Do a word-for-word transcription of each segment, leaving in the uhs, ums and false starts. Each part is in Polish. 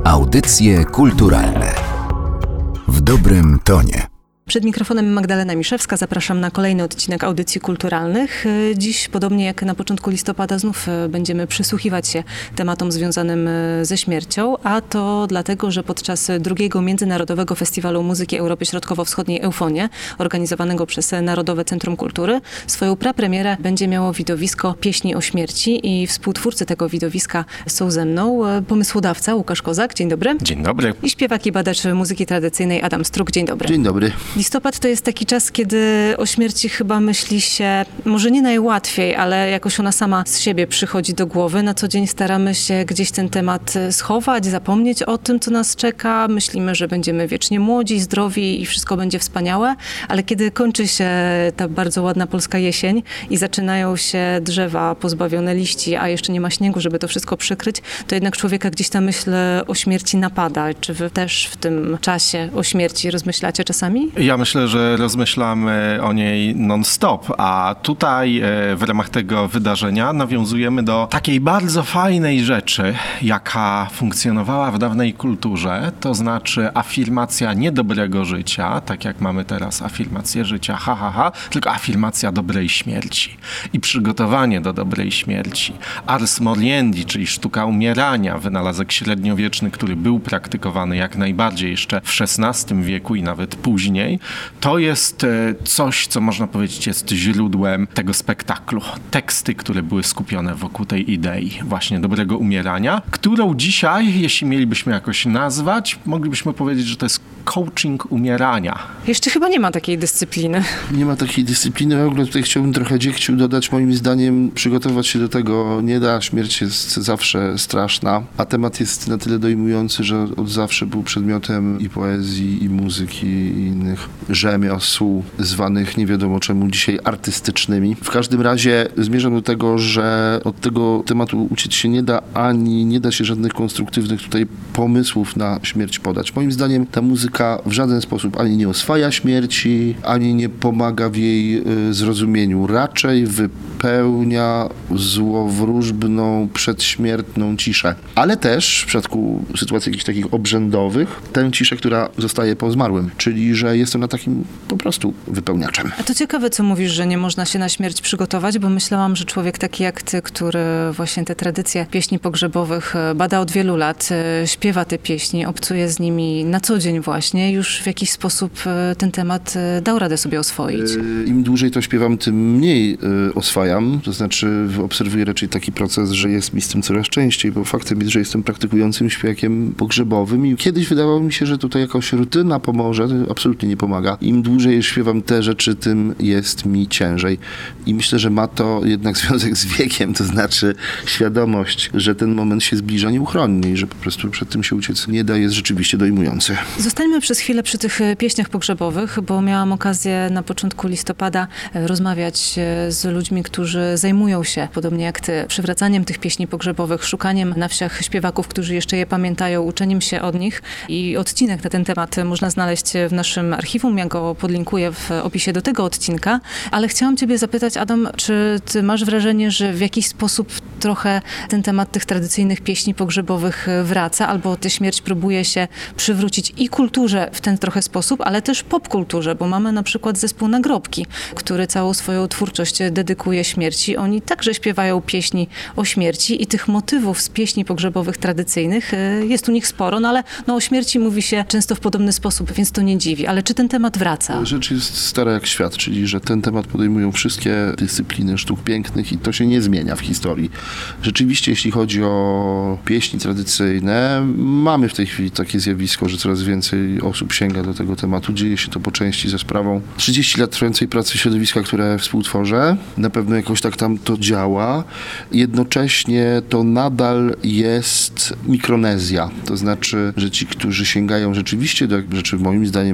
Audycje kulturalne w dobrym tonie. Przed mikrofonem Magdalena Miszewska. Zapraszam na kolejny odcinek Audycji Kulturalnych. Dziś, podobnie jak na początku listopada, znów będziemy przysłuchiwać się tematom związanym ze śmiercią, a to dlatego, że podczas drugiego Międzynarodowego Festiwalu Muzyki Europy Środkowo-Wschodniej Eufonie, organizowanego przez Narodowe Centrum Kultury, swoją prapremierę będzie miało widowisko Pieśni o śmierci i współtwórcy tego widowiska są ze mną. Pomysłodawca Łukasz Kozak, dzień dobry. Dzień dobry. I śpiewak i badacz muzyki tradycyjnej Adam Struk, dzień dobry. Dzień dobry. Listopad to jest taki czas, kiedy o śmierci chyba myśli się, może nie najłatwiej, ale jakoś ona sama z siebie przychodzi do głowy. Na co dzień staramy się gdzieś ten temat schować, zapomnieć o tym, co nas czeka. Myślimy, że będziemy wiecznie młodzi, zdrowi i wszystko będzie wspaniałe, ale kiedy kończy się ta bardzo ładna polska jesień i zaczynają się drzewa pozbawione liści, a jeszcze nie ma śniegu, żeby to wszystko przykryć, to jednak człowieka gdzieś ta myśl o śmierci napada. Czy wy też w tym czasie o śmierci rozmyślacie czasami? Ja myślę, że rozmyślamy o niej non-stop, a tutaj w ramach tego wydarzenia nawiązujemy do takiej bardzo fajnej rzeczy, jaka funkcjonowała w dawnej kulturze, to znaczy afirmacja nie dobrego życia, tak jak mamy teraz afirmację życia, ha, ha, ha, tylko afirmacja dobrej śmierci i przygotowanie do dobrej śmierci. Ars moriendi, czyli sztuka umierania, wynalazek średniowieczny, który był praktykowany jak najbardziej jeszcze w szesnastym wieku i nawet później. To jest coś, co można powiedzieć jest źródłem tego spektaklu. Teksty, które były skupione wokół tej idei właśnie dobrego umierania, którą dzisiaj, jeśli mielibyśmy jakoś nazwać, moglibyśmy powiedzieć, że to jest coaching umierania. Jeszcze chyba nie ma takiej dyscypliny. Nie ma takiej dyscypliny. W ogóle tutaj chciałbym trochę dziegciu dodać. Moim zdaniem przygotować się do tego nie da. Śmierć jest zawsze straszna, a temat jest na tyle dojmujący, że od zawsze był przedmiotem i poezji, i muzyki, i innych rzemiosł, zwanych nie wiadomo czemu dzisiaj artystycznymi. W każdym razie zmierzam do tego, że od tego tematu uciec się nie da, ani nie da się żadnych konstruktywnych tutaj pomysłów na śmierć podać. Moim zdaniem ta muzyka w żaden sposób ani nie oswaja śmierci, ani nie pomaga w jej y, zrozumieniu. Raczej wypełnia złowróżbną, przedśmiertną ciszę. Ale też w przypadku sytuacji jakichś takich obrzędowych, tę ciszę, która zostaje po zmarłym. Czyli, że jest ona takim po prostu wypełniaczem. A to ciekawe, co mówisz, że nie można się na śmierć przygotować, bo myślałam, że człowiek taki jak ty, który właśnie te tradycje pieśni pogrzebowych bada od wielu lat, śpiewa te pieśni, obcuje z nimi na co dzień właśnie, już w jakiś sposób ten temat dał radę sobie oswoić. Im dłużej to śpiewam, tym mniej oswajam. To znaczy obserwuję raczej taki proces, że jest mi z tym coraz częściej, bo faktem jest, że jestem praktykującym śpiewakiem pogrzebowym i kiedyś wydawało mi się, że tutaj jakaś rutyna pomoże. Absolutnie nie pomaga. Im dłużej śpiewam te rzeczy, tym jest mi ciężej. I myślę, że ma to jednak związek z wiekiem, to znaczy świadomość, że ten moment się zbliża nieuchronnie i że po prostu przed tym się uciec nie da, jest rzeczywiście dojmujący. Zostańmy przez chwilę przy tych pieśniach pogrzebowych, bo miałam okazję na początku listopada rozmawiać z ludźmi, którzy zajmują się, podobnie jak ty, przywracaniem tych pieśni pogrzebowych, szukaniem na wsiach śpiewaków, którzy jeszcze je pamiętają, uczeniem się od nich. I odcinek na ten temat można znaleźć w naszym archiwum. Ja go podlinkuję w opisie do tego odcinka. Ale chciałam ciebie zapytać, Adam, czy ty masz wrażenie, że w jakiś sposób trochę ten temat tych tradycyjnych pieśni pogrzebowych wraca, albo tę śmierć próbuje się przywrócić i kulturze w ten trochę sposób, ale też popkulturze, bo mamy na przykład zespół Nagrobki, który całą swoją twórczość dedykuje śmierci. Oni także śpiewają pieśni o śmierci i tych motywów z pieśni pogrzebowych tradycyjnych jest u nich sporo, no ale no, o śmierci mówi się często w podobny sposób, więc to nie dziwi. Ale czy ten temat wraca? Rzecz jest stara jak świat, czyli że ten temat podejmują wszystkie dyscypliny sztuk pięknych i to się nie zmienia w historii. Rzeczywiście, jeśli chodzi o pieśni tradycyjne, mamy w tej chwili takie zjawisko, że coraz więcej osób sięga do tego tematu. Dzieje się to po części ze sprawą trzydziestu lat trwającej pracy środowiska, które współtworzę. Na pewno jakoś tak tam to działa. Jednocześnie to nadal jest mikronezja. To znaczy, że ci, którzy sięgają rzeczywiście do rzeczy moim zdaniem w kulturze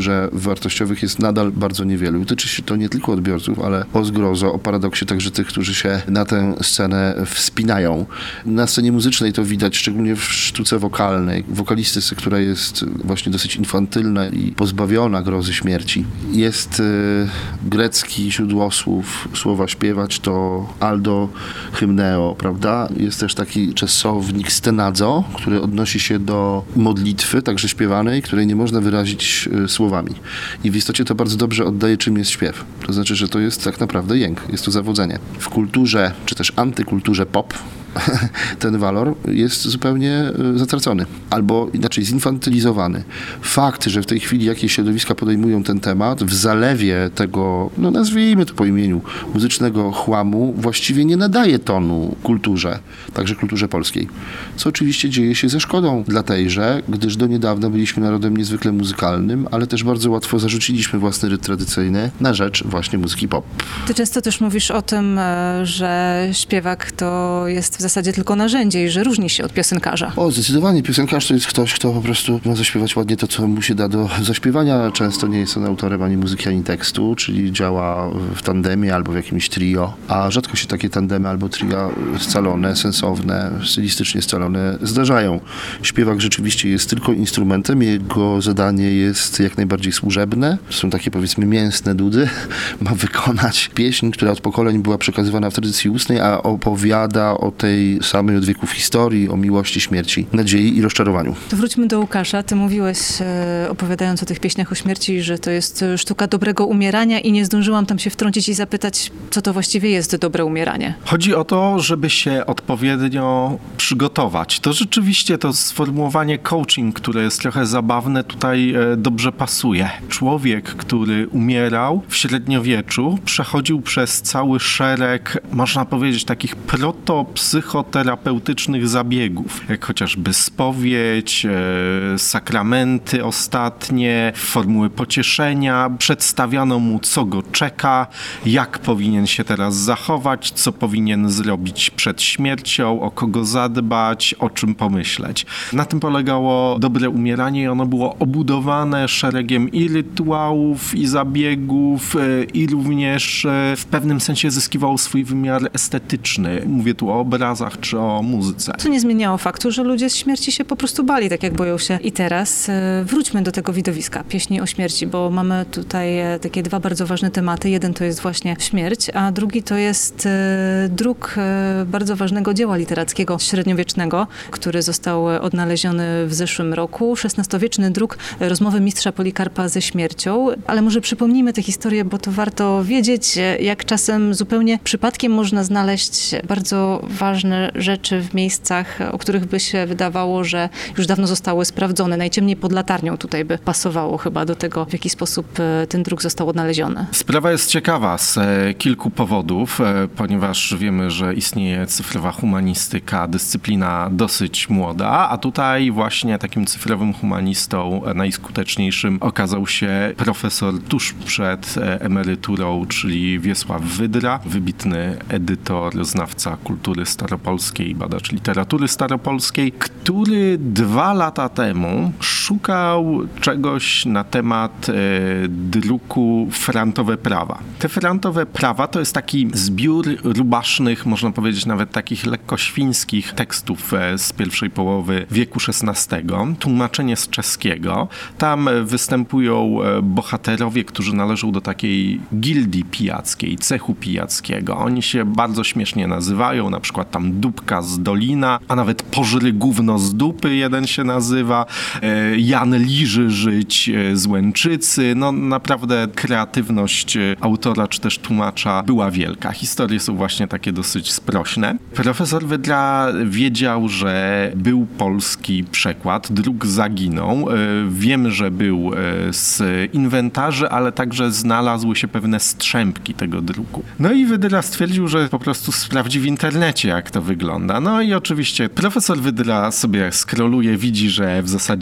kulturze wartościowych jest nadal bardzo niewielu. I tyczy się to nie tylko odbiorców, ale o zgrozo, o paradoksie także tych, którzy się na tę scenę wspinają. Na scenie muzycznej to widać, szczególnie w sztuce wokalnej, wokalistyce, która jest właśnie dosyć infantylna i pozbawiona grozy śmierci. Jest y, grecki źródłosłów, słowa śpiewać to Aldo Hymneo, prawda? Jest też taki czasownik stenadzo, który odnosi się do modlitwy, także śpiewanej, której nie można wyrazić y, słowami. I w istocie to bardzo dobrze oddaje, czym jest śpiew. To znaczy, że to jest tak naprawdę jęk, jest to zawodzenie. W kulturze, czy też antykulturze pop, ten walor jest zupełnie zatracony, albo inaczej zinfantylizowany. Fakt, że w tej chwili jakieś środowiska podejmują ten temat, w zalewie tego, no nazwijmy to po imieniu, muzycznego chłamu, właściwie nie nadaje tonu kulturze, także kulturze polskiej. Co oczywiście dzieje się ze szkodą dla tejże, gdyż do niedawna byliśmy narodem niezwykle muzykalnym, ale też bardzo łatwo zarzuciliśmy własny rytm tradycyjny na rzecz właśnie muzyki pop. Ty często też mówisz o tym, że śpiewak to jest w zasadzie tylko narzędzie i że różni się od piosenkarza. O, zdecydowanie. Piosenkarz to jest ktoś, kto po prostu ma zaśpiewać ładnie to, co mu się da do zaśpiewania. Często nie jest on autorem ani muzyki, ani tekstu, czyli działa w tandemie albo w jakimś trio, a rzadko się takie tandemy albo tria scalone, sensowne, stylistycznie scalone zdarzają. Śpiewak rzeczywiście jest tylko instrumentem, jego zadanie jest jak najbardziej służebne. Są takie, powiedzmy, mięsne dudy. Ma wykonać pieśń, która od pokoleń była przekazywana w tradycji ustnej, a opowiada o tej samej od wieków historii, o miłości, śmierci, nadziei i rozczarowaniu. To wróćmy do Łukasza. Ty mówiłeś, e, opowiadając o tych pieśniach o śmierci, że to jest sztuka dobrego umierania i nie zdążyłam tam się wtrącić i zapytać, co to właściwie jest dobre umieranie. Chodzi o to, żeby się odpowiednio przygotować. To rzeczywiście to sformułowanie coaching, które jest trochę zabawne, tutaj e, dobrze pasuje. Człowiek, który umierał w średniowieczu, przechodził przez cały szereg, można powiedzieć, takich protopsychoterapeutycznych zabiegów, jak chociażby spowiedź, e, sakramenty ostatnie, formuły pocieszenia. Przedstawiano mu, co go czeka, jak powinien się teraz zachować, co powinien zrobić przed śmiercią, o kogo zadbać, o czym pomyśleć. Na tym polegało dobre umieranie i ono było obudowane szeregiem i rytuałów, i zabiegów, e, i również e, w pewnym sensie zyskiwało swój wymiar estetyczny. Mówię tu o obrazach czy o muzyce. Co nie zmieniało faktu, że ludzie z śmierci się po prostu bali, tak jak boją się i teraz. Wróćmy do tego widowiska, pieśni o śmierci, bo mamy tutaj takie dwa bardzo ważne tematy. Jeden to jest właśnie śmierć, a drugi to jest druk bardzo ważnego dzieła literackiego średniowiecznego, który został odnaleziony w zeszłym roku. szesnastowieczny druk Rozmowy mistrza Polikarpa ze śmiercią. Ale może przypomnijmy tę historię, bo to warto wiedzieć, jak czasem zupełnie przypadkiem można znaleźć bardzo ważne rzeczy w miejscach, o których by się wydawało, że już dawno zostały sprawdzone. Najciemniej pod latarnią tutaj by pasowało chyba do tego, w jaki sposób ten druk został odnaleziony. Sprawa jest ciekawa z kilku powodów, ponieważ wiemy, że istnieje cyfrowa humanistyka, dyscyplina dosyć młoda, a tutaj właśnie takim cyfrowym humanistą najskuteczniejszym okazał się profesor tuż przed emeryturą, czyli Wiesław Wydra, wybitny edytor, znawca kultury staropolskiej, badacz literatury staropolskiej, który dwa lata temu szukał czegoś na temat e, druku Frantowe Prawa. Te Frantowe Prawa to jest taki zbiór rubasznych, można powiedzieć nawet takich lekko świńskich tekstów e, z pierwszej połowy wieku szesnastego. Tłumaczenie z czeskiego. Tam występują e, bohaterowie, którzy należą do takiej gildii pijackiej, cechu pijackiego. Oni się bardzo śmiesznie nazywają, na przykład tam Dupka z Dolina, a nawet Pożry gówno z dupy jeden się nazywa, e, Jan Liży żyć z Łęczycy. No naprawdę kreatywność autora czy też tłumacza była wielka. Historie są właśnie takie dosyć sprośne. Profesor Wydra wiedział, że był polski przekład, druk zaginął. E, wiem, że był e, z inwentarzy, ale także znalazły się pewne strzępki tego druku. No i Wydra stwierdził, że po prostu sprawdzi w internecie, jak to wygląda. No i oczywiście profesor Wydra sobie scrolluje, widzi, że w zasadzie nic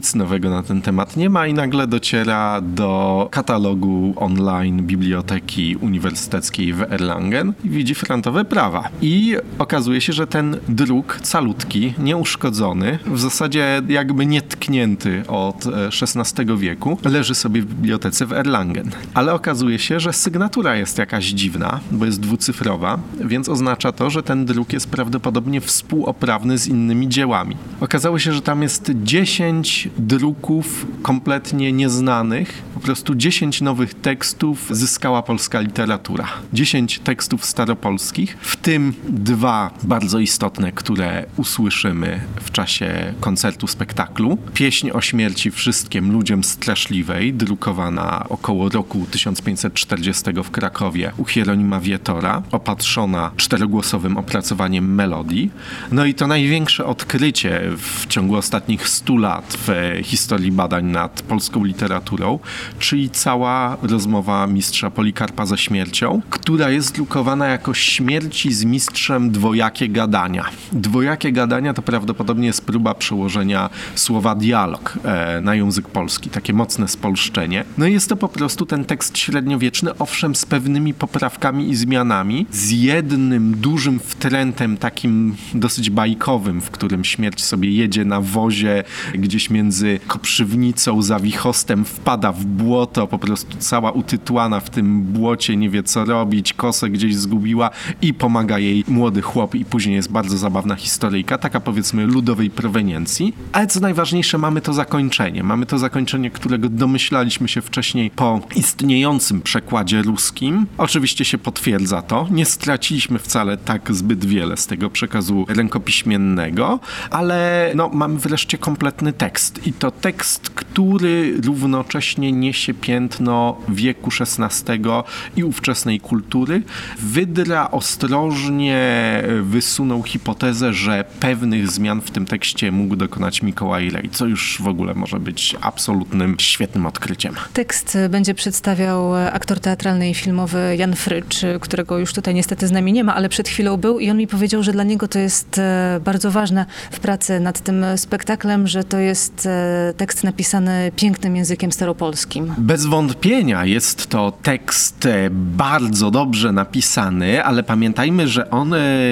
nic nowego na ten temat nie ma i nagle dociera do katalogu online Biblioteki Uniwersyteckiej w Erlangen i widzi frontowe prawa. I okazuje się, że ten druk calutki, nieuszkodzony, w zasadzie jakby nietknięty od szesnastego wieku, leży sobie w bibliotece w Erlangen. Ale okazuje się, że sygnatura jest jakaś dziwna, bo jest dwucyfrowa, więc oznacza to, że ten druk jest prawdopodobnie współoprawny z innymi dziełami. Okazało się, że tam jest dziesięć druków kompletnie nieznanych, po prostu dziesięć nowych tekstów zyskała polska literatura. dziesięć tekstów staropolskich, w tym dwa bardzo istotne, które usłyszymy w czasie koncertu, spektaklu. Pieśń o śmierci wszystkim ludziom straszliwej, drukowana około roku tysiąc pięćset czterdziestego w Krakowie u Hieronima Wietora, opatrzona czterogłosowym opracowaniem melodii. No i to największe odkrycie w ciągu ostatnich stu lat w historii badań nad polską literaturą, czyli cała rozmowa mistrza Polikarpa ze śmiercią, która jest drukowana jako śmierci z mistrzem dwojakie gadania. Dwojakie gadania to prawdopodobnie jest próba przełożenia słowa dialog e, na język polski, takie mocne spolszczenie. No i jest to po prostu ten tekst średniowieczny, owszem z pewnymi poprawkami i zmianami, z jednym dużym wtrętem takim dosyć bajkowym, w którym śmierć sobie jedzie na wozie gdzieś między Koprzywnicą, Zawichostem, wpada w błoto, po prostu cała utytłana w tym błocie, nie wie co robić, kosę gdzieś zgubiła i pomaga jej młody chłop i później jest bardzo zabawna historyjka, taka powiedzmy ludowej proweniencji. Ale co najważniejsze, mamy to zakończenie. Mamy to zakończenie, którego domyślaliśmy się wcześniej po istniejącym przekładzie ruskim. Oczywiście się potwierdza to. Nie straciliśmy wcale tak zbyt wiele z tego przekazu rękopiśmiennego, ale no, mamy wreszcie kompletny tekst. I to tekst, który równocześnie niesie piętno wieku szesnastego i ówczesnej kultury. Wydra ostrożnie wysunął hipotezę, że pewnych zmian w tym tekście mógł dokonać Mikołaj Rej, co już w ogóle może być absolutnym, świetnym odkryciem. Tekst będzie przedstawiał aktor teatralny i filmowy Jan Frycz, którego już tutaj niestety z nami nie ma, ale przed chwilą był i on mi powiedział, że dla niego to jest bardzo ważne w pracy nad tym spektaklem, że to jest tekst napisany pięknym językiem staropolskim. Bez wątpienia jest to tekst bardzo dobrze napisany, ale pamiętajmy, że on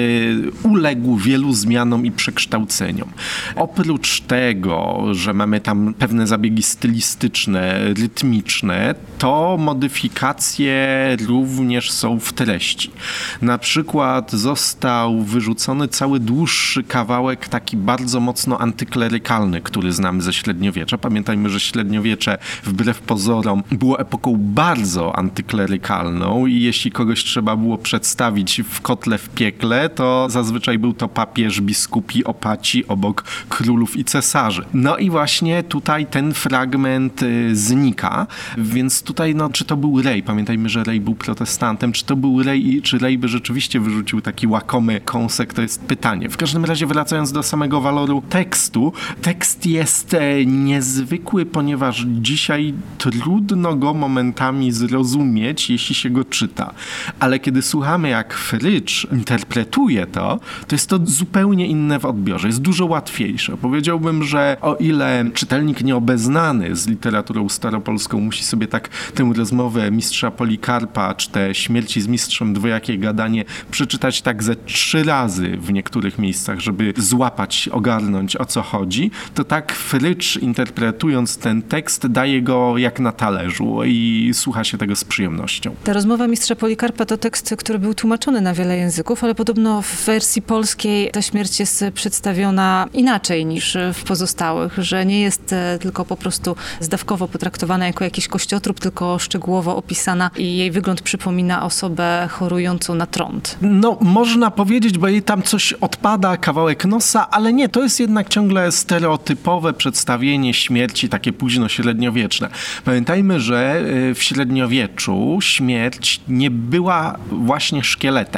uległ wielu zmianom i przekształceniom. Oprócz tego, że mamy tam pewne zabiegi stylistyczne, rytmiczne, to modyfikacje również są w treści. Na przykład został wyrzucony cały dłuższy kawałek, taki bardzo mocno antyklerykalny, który znamy ze średniowiecza. Pamiętajmy, że średniowiecze wbrew pozorom było epoką bardzo antyklerykalną i jeśli kogoś trzeba było przedstawić w kotle w piekle, to zazwyczaj był to papież, biskupi, opaci obok królów i cesarzy. No i właśnie tutaj ten fragment y, znika, więc tutaj, no, czy to był Rej? Pamiętajmy, że Rej był protestantem. Czy to był Rej i czy Rej by rzeczywiście wyrzucił taki łakomy kąsek, to jest pytanie. W każdym razie, wracając do samego waloru tekstu, tekst jest e, niezwykły, ponieważ dzisiaj trudno go momentami zrozumieć, jeśli się go czyta. Ale kiedy słuchamy, jak Frycz interpretuje to, to jest to zupełnie inne w odbiorze. Jest dużo łatwiejsze. Powiedziałbym, że o ile czytelnik nieobeznany z literaturą staropolską musi sobie tak tę rozmowę mistrza Polikarpa, czy te śmierci z mistrzem dwojakie gadanie przeczytać tak ze trzy razy w niektórych miejscach, żeby złapać, ogarnąć, o co chodzi, to tak Frycz, interpretując ten tekst, daje go jak na talerzu i słucha się tego z przyjemnością. Ta rozmowa mistrza Polikarpa to tekst, który był tłumaczony na wiele języków, ale podobno w wersji polskiej ta śmierć jest przedstawiona inaczej niż w pozostałych, że nie jest tylko po prostu zdawkowo potraktowana jako jakiś kościotrup, tylko szczegółowo opisana i jej wygląd przypomina osobę chorującą na trąd. No, można powiedzieć, bo jej tam coś odpada, kawałek nosa, ale nie, to jest jednak ciągle stereotypowe przedstawienie śmierci, takie późno średniowieczne. Pamiętajmy, że w średniowieczu śmierć nie była właśnie szkieletem.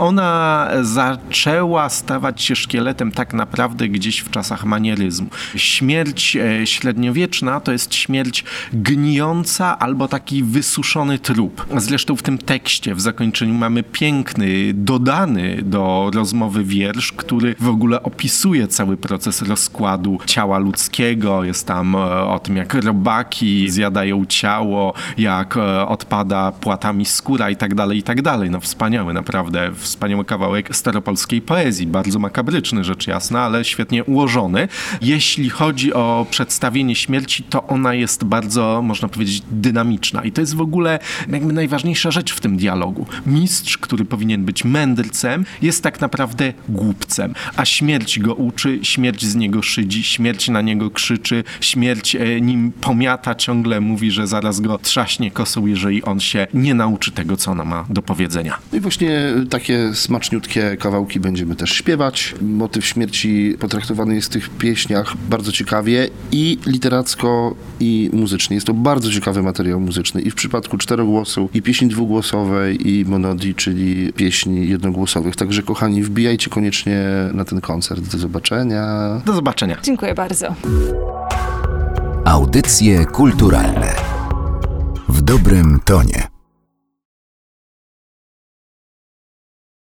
Ona zaczęła stawać się szkieletem tak naprawdę gdzieś w czasach manieryzmu. Śmierć średniowieczna to jest śmierć gnijąca albo taki wysuszony trup. Zresztą w tym tekście, w zakończeniu mamy piękny, dodany do rozmowy wiersz, który w ogóle opisuje cały proces rozkładu ciała ludzkiego. Verdiego, jest tam o tym, jak robaki zjadają ciało, jak odpada płatami skóra i tak dalej, i tak dalej. No wspaniały, naprawdę wspaniały kawałek staropolskiej poezji, bardzo makabryczny rzecz jasna, ale świetnie ułożony. Jeśli chodzi o przedstawienie śmierci, to ona jest bardzo, można powiedzieć, dynamiczna i to jest w ogóle jakby najważniejsza rzecz w tym dialogu. Mistrz, który powinien być mędrcem, jest tak naprawdę głupcem, a śmierć go uczy, śmierć z niego szydzi, śmierć na niego krzyczy, śmierć nim pomiata, ciągle mówi, że zaraz go trzaśnie kosą, jeżeli on się nie nauczy tego, co ona ma do powiedzenia. No i właśnie takie smaczniutkie kawałki będziemy też śpiewać. Motyw śmierci potraktowany jest w tych pieśniach bardzo ciekawie i literacko, i muzycznie. Jest to bardzo ciekawy materiał muzyczny i w przypadku czterogłosu, i pieśni dwugłosowej, i monodii, czyli pieśni jednogłosowych. Także kochani, wbijajcie koniecznie na ten koncert. Do zobaczenia. Do zobaczenia. Dziękuję bardzo. Audycje kulturalne w dobrym tonie.